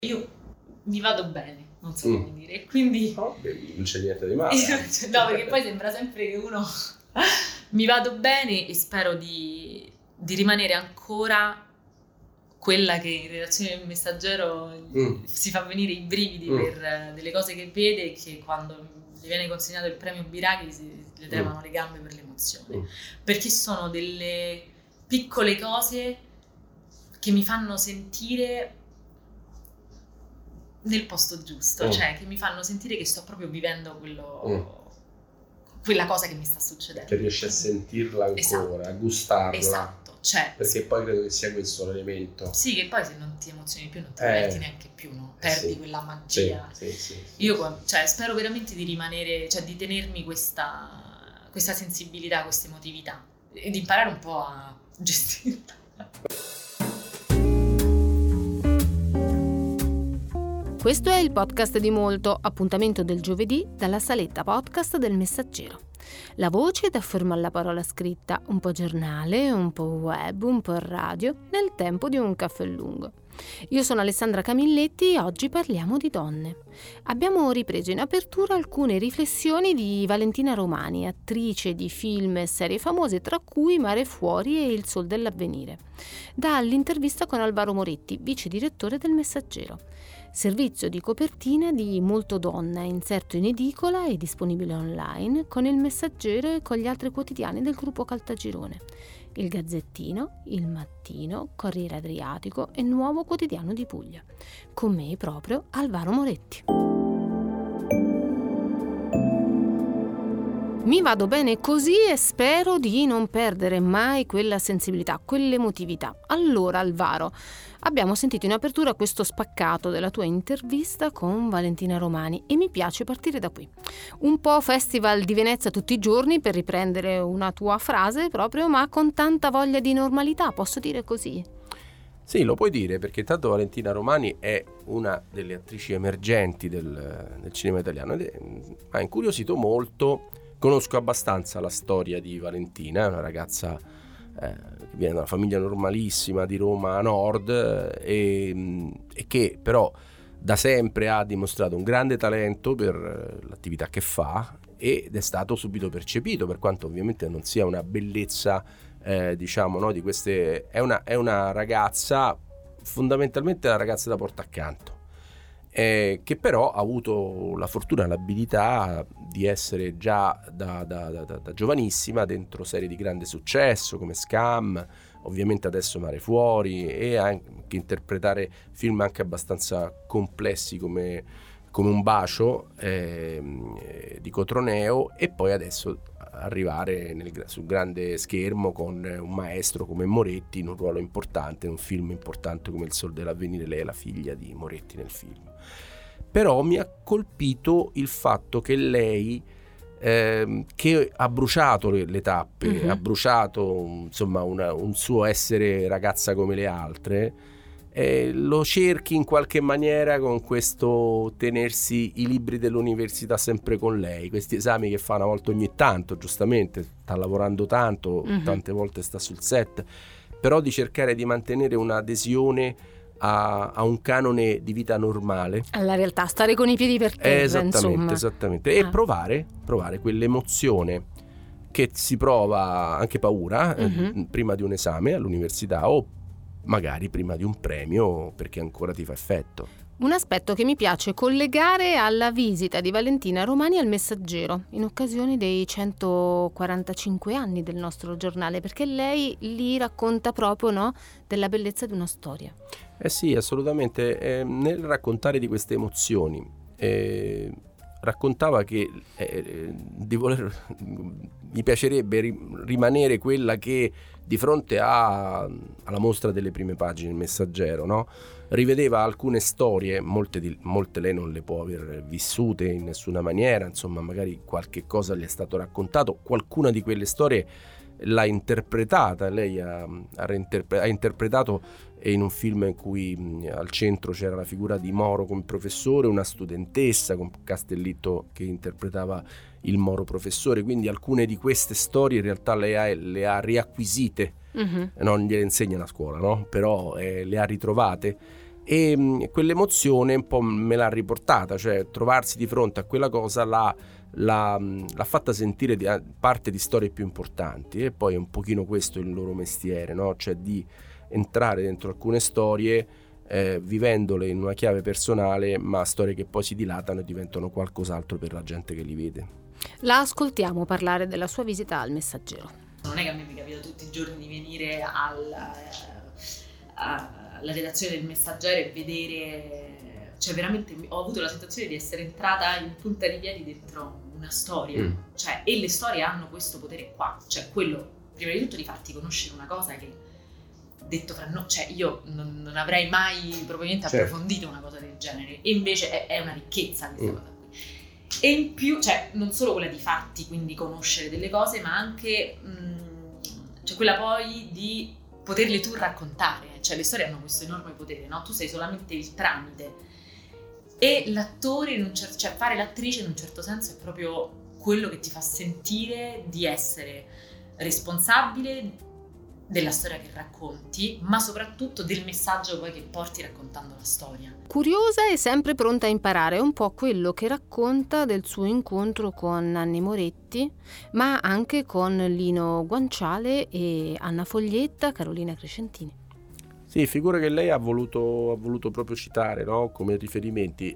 io mi vado bene, non so come dire, quindi non c'è niente di male. No, perché poi sembra sempre che uno mi vado bene e spero di rimanere ancora quella che in redazione del Messaggero si fa venire i brividi per delle cose che vede, e che quando gli viene consegnato il premio Biraghi le tremano le gambe per l'emozione, perché sono delle piccole cose che mi fanno sentire nel posto giusto, cioè che mi fanno sentire che sto proprio vivendo quella cosa che mi sta succedendo. Che riesci a sentirla ancora, a gustarla. Esatto. Cioè, perché poi credo che sia questo l'elemento. Sì, che poi se non ti emozioni più non ti diverti neanche più, no? Perdi quella magia. Sì. Io spero veramente di rimanere, cioè di tenermi questa sensibilità, questa emotività e di imparare un po' a gestirla. Questo è il podcast di Molto, appuntamento del giovedì dalla saletta podcast del Messaggero. La voce dà forma alla parola scritta, un po' giornale, un po' web, un po' radio, nel tempo di un caffè lungo. Io sono Alessandra Camilletti e oggi parliamo di donne. Abbiamo ripreso in apertura alcune riflessioni di Valentina Romani, attrice di film e serie famose, tra cui Mare Fuori e Il Sol dell'Avvenire, dall'intervista con Alvaro Moretti, vice direttore del Messaggero. Servizio di copertina di Molto Donna, inserto in edicola e disponibile online con il Messaggero e con gli altri quotidiani del gruppo Caltagirone. Il Gazzettino, Il Mattino, Corriere Adriatico e Nuovo Quotidiano di Puglia. Con me proprio Alvaro Moretti. Mi vado bene così e spero di non perdere mai quella sensibilità, quell'emotività. Allora, Alvaro, abbiamo sentito in apertura questo spaccato della tua intervista con Valentina Romani e mi piace partire da qui. Un po' Festival di Venezia tutti i giorni, per riprendere una tua frase proprio, ma con tanta voglia di normalità, posso dire così? Sì, lo puoi dire, perché intanto Valentina Romani è una delle attrici emergenti del cinema italiano ed ha incuriosito molto. Conosco abbastanza la storia di Valentina, è una ragazza che viene da una famiglia normalissima di Roma Nord e che però da sempre ha dimostrato un grande talento per l'attività che fa ed è stato subito percepito, per quanto ovviamente non sia una bellezza di queste. È una ragazza, fondamentalmente una ragazza da porta accanto. Che però ha avuto la fortuna e l'abilità di essere già da giovanissima dentro serie di grande successo come Scam, ovviamente adesso Mare Fuori, e anche interpretare film anche abbastanza complessi come Un bacio di Cotroneo, e poi adesso arrivare sul grande schermo con un maestro come Moretti in un ruolo importante, in un film importante come Il Sol dell'Avvenire. Lei è la figlia di Moretti nel film. Però mi ha colpito il fatto che lei che ha bruciato le tappe, ha bruciato insomma un suo essere ragazza come le altre, lo cerchi in qualche maniera con questo tenersi i libri dell'università sempre con lei, questi esami che fa una volta ogni tanto, giustamente sta lavorando tanto, tante volte sta sul set, però di cercare di mantenere un'adesione a un canone di vita normale, alla realtà, stare con i piedi per terra, esattamente, e provare quell'emozione che si prova, anche paura, prima di un esame all'università o magari prima di un premio, perché ancora ti fa effetto. Un aspetto che mi piace collegare alla visita di Valentina Romani al Messaggero in occasione dei 145 anni del nostro giornale, perché lei lì racconta proprio, no, della bellezza di una storia. Sì, assolutamente. Nel raccontare di queste emozioni raccontava che gli piacerebbe rimanere quella che di fronte alla mostra delle prime pagine del Messaggero, no? Rivedeva alcune storie, molte lei non le può aver vissute in nessuna maniera, insomma magari qualche cosa le è stato raccontato, qualcuna di quelle storie l'ha interpretata, lei ha interpretato in un film in cui al centro c'era la figura di Moro come professore, una studentessa con Castellitto che interpretava il Moro professore, quindi alcune di queste storie in realtà le ha riacquisite, non gliele insegna la scuola, no? Però le ha ritrovate e quell'emozione un po' me l'ha riportata, cioè trovarsi di fronte a quella cosa l'ha fatta sentire parte di storie più importanti, e poi è un pochino questo il loro mestiere, no? Cioè di entrare dentro alcune storie vivendole in una chiave personale, ma storie che poi si dilatano e diventano qualcos'altro per la gente che li vede. La ascoltiamo parlare della sua visita al Messaggero. Non è che a me mi capita tutti i giorni di venire alla redazione del Messaggero e vedere, cioè veramente ho avuto la sensazione di essere entrata in punta di piedi dentro una storia, cioè, e le storie hanno questo potere qua, cioè quello prima di tutto di farti conoscere una cosa che, detto fra noi, cioè io non avrei mai probabilmente approfondito una cosa del genere, e invece è una ricchezza questa cosa qui. E in più, cioè non solo quella di farti quindi conoscere delle cose, ma anche cioè quella poi di poterle tu raccontare, cioè le storie hanno questo enorme potere, no? Tu sei solamente il tramite, e l'attore, cioè fare l'attrice in un certo senso è proprio quello che ti fa sentire di essere responsabile della storia che racconti, ma soprattutto del messaggio poi che porti raccontando la storia. Curiosa e sempre pronta a imparare, è un po' quello che racconta del suo incontro con Nanni Moretti, ma anche con Lino Guanciale e Anna Foglietta, Carolina Crescentini. Sì, figura che lei ha voluto proprio citare, no? Come riferimenti.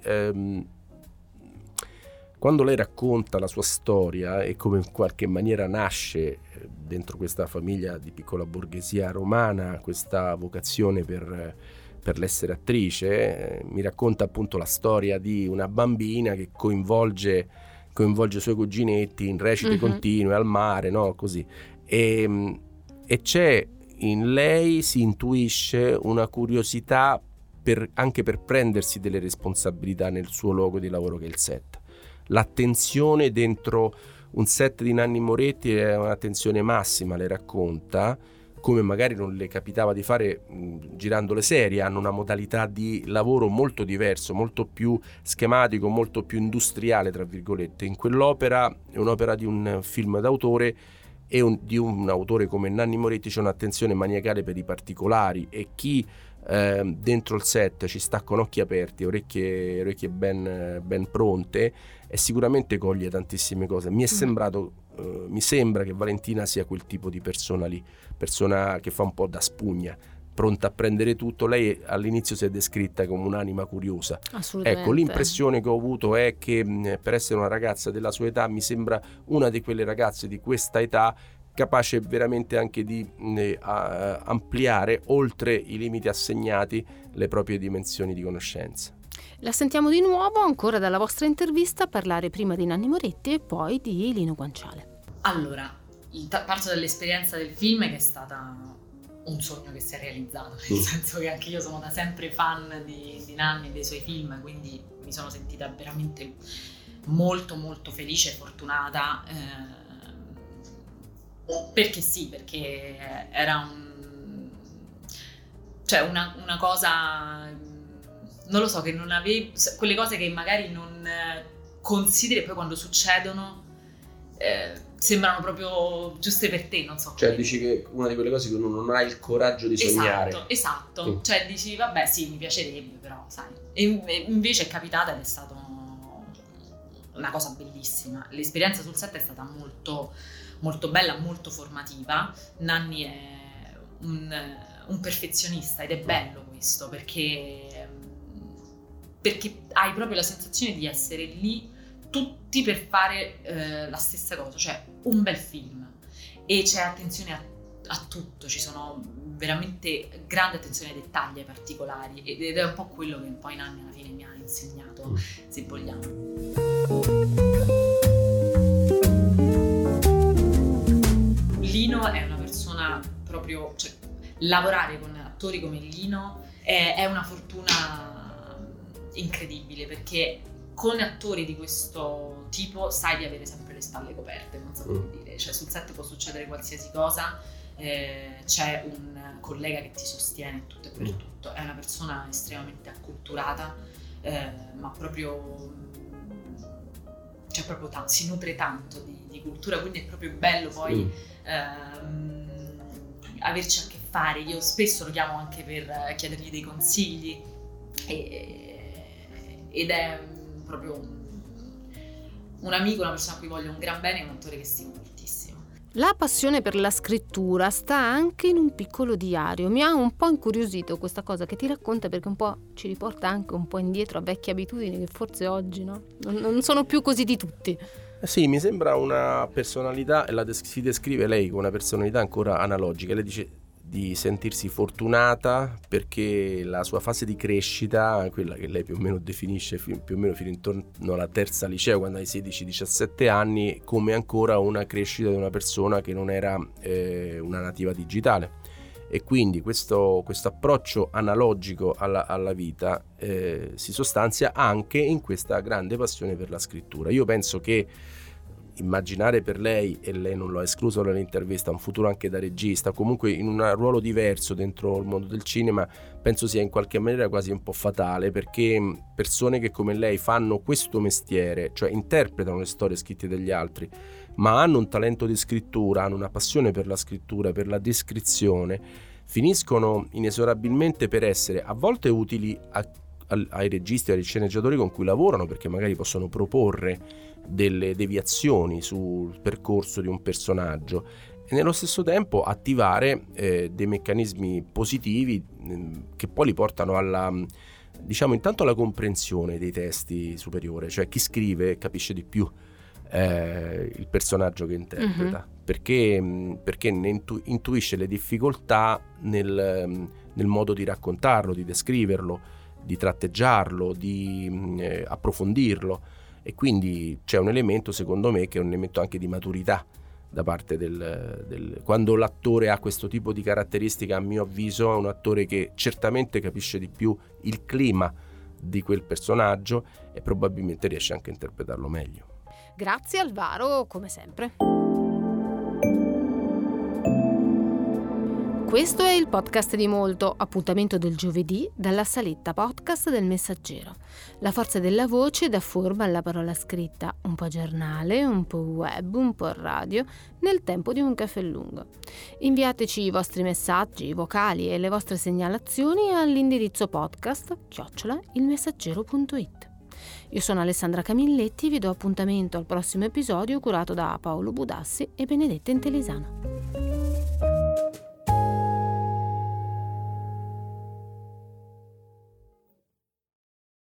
Quando lei racconta la sua storia e come in qualche maniera nasce dentro questa famiglia di piccola borghesia romana questa vocazione per l'essere attrice, mi racconta appunto la storia di una bambina che coinvolge i suoi cuginetti in recite continue al mare, no? Così. E c'è in lei, si intuisce una curiosità anche per prendersi delle responsabilità nel suo luogo di lavoro, che è il set. L'attenzione dentro un set di Nanni Moretti è un'attenzione massima, le racconta, come magari non le capitava di fare girando le serie. Hanno una modalità di lavoro molto diverso, molto più schematico, molto più industriale, tra virgolette. In quell'opera, è un'opera di un film d'autore, e di un autore come Nanni Moretti c'è un'attenzione maniacale per i particolari, e chi dentro il set ci sta con occhi aperti, orecchie ben pronte, e sicuramente coglie tantissime cose. Mi sembra che Valentina sia quel tipo di persona lì, persona che fa un po' da spugna, pronta a prendere tutto. Lei all'inizio si è descritta come un'anima curiosa. Assolutamente. Ecco, l'impressione che ho avuto è che per essere una ragazza della sua età mi sembra una di quelle ragazze di questa età capace veramente anche di ampliare oltre i limiti assegnati le proprie dimensioni di conoscenza. La sentiamo di nuovo ancora dalla vostra intervista parlare prima di Nanni Moretti e poi di Lino Guanciale. Allora, parto dall'esperienza del film, che è stata un sogno che si è realizzato, nel senso che anche io sono da sempre fan di Nanni e dei suoi film, quindi mi sono sentita veramente molto molto felice e fortunata, perché era una cosa, non lo so, che non avevo, quelle cose che magari non consideri e poi quando succedono sembrano proprio giuste per te, non so. Cioè dici che una di quelle cose che uno non ha il coraggio di sognare. Esatto. Cioè dici vabbè sì, mi piacerebbe, però sai. E invece è capitata ed è stata una cosa bellissima. L'esperienza sul set è stata molto, molto bella, molto formativa. Nanni è un perfezionista, ed è bello questo, perché hai proprio la sensazione di essere lì tutti per fare la stessa cosa, cioè un bel film, e c'è attenzione a tutto, ci sono veramente grande attenzione ai dettagli, ai particolari, ed è un po' quello che poi Nanni alla fine mi ha insegnato, se vogliamo. Lino è una persona proprio, cioè, lavorare con attori come Lino è una fortuna incredibile, perché con attori di questo tipo sai di avere sempre le spalle coperte, non so come dire, cioè sul set può succedere qualsiasi cosa, c'è un collega che ti sostiene in tutto e per tutto, è una persona estremamente acculturata, ma proprio, cioè proprio si nutre tanto di cultura, quindi è proprio bello poi averci a che fare. Io spesso lo chiamo anche per chiedergli dei consigli, ed è proprio un amico, una persona a cui voglio un gran bene, un attore che stimo moltissimo. La passione per la scrittura sta anche in un piccolo diario. Mi ha un po' incuriosito questa cosa che ti racconta, perché un po' ci riporta anche un po' indietro a vecchie abitudini che forse oggi non sono più così di tutti. Sì, mi sembra una personalità, si descrive lei come una personalità ancora analogica. Lei dice di sentirsi fortunata perché la sua fase di crescita, quella che lei più o meno definisce più o meno fino intorno alla terza liceo, quando hai 16-17 anni, come ancora una crescita di una persona che non era una nativa digitale. E quindi questo approccio analogico alla vita si sostanzia anche in questa grande passione per la scrittura. Io penso che immaginare per lei, e lei non lo ha escluso nell'intervista, un futuro anche da regista, comunque in un ruolo diverso dentro il mondo del cinema, penso sia in qualche maniera quasi un po' fatale, perché persone che come lei fanno questo mestiere, cioè interpretano le storie scritte dagli altri, ma hanno un talento di scrittura, hanno una passione per la scrittura, per la descrizione, finiscono inesorabilmente per essere a volte utili ai registi, ai sceneggiatori con cui lavorano, perché magari possono proporre delle deviazioni sul percorso di un personaggio e nello stesso tempo attivare dei meccanismi positivi che poi li portano alla, diciamo, intanto alla comprensione dei testi superiore, cioè chi scrive capisce di più il personaggio che interpreta, perché ne intuisce le difficoltà nel modo di raccontarlo, di descriverlo, di tratteggiarlo, di approfondirlo. E quindi c'è un elemento, secondo me, che è un elemento anche di maturità da parte quando l'attore ha questo tipo di caratteristica, a mio avviso è un attore che certamente capisce di più il clima di quel personaggio e probabilmente riesce anche a interpretarlo meglio. Grazie Alvaro, come sempre. Questo è il podcast di Molto, appuntamento del giovedì dalla saletta podcast del Messaggero. La forza della voce dà forma alla parola scritta, un po' giornale, un po' web, un po' radio, nel tempo di un caffè lungo. Inviateci i vostri messaggi, vocali e le vostre segnalazioni all'indirizzo podcast@ilmessaggero.it. Io sono Alessandra Camilletti e vi do appuntamento al prossimo episodio curato da Paolo Budassi e Benedetta Intelisano.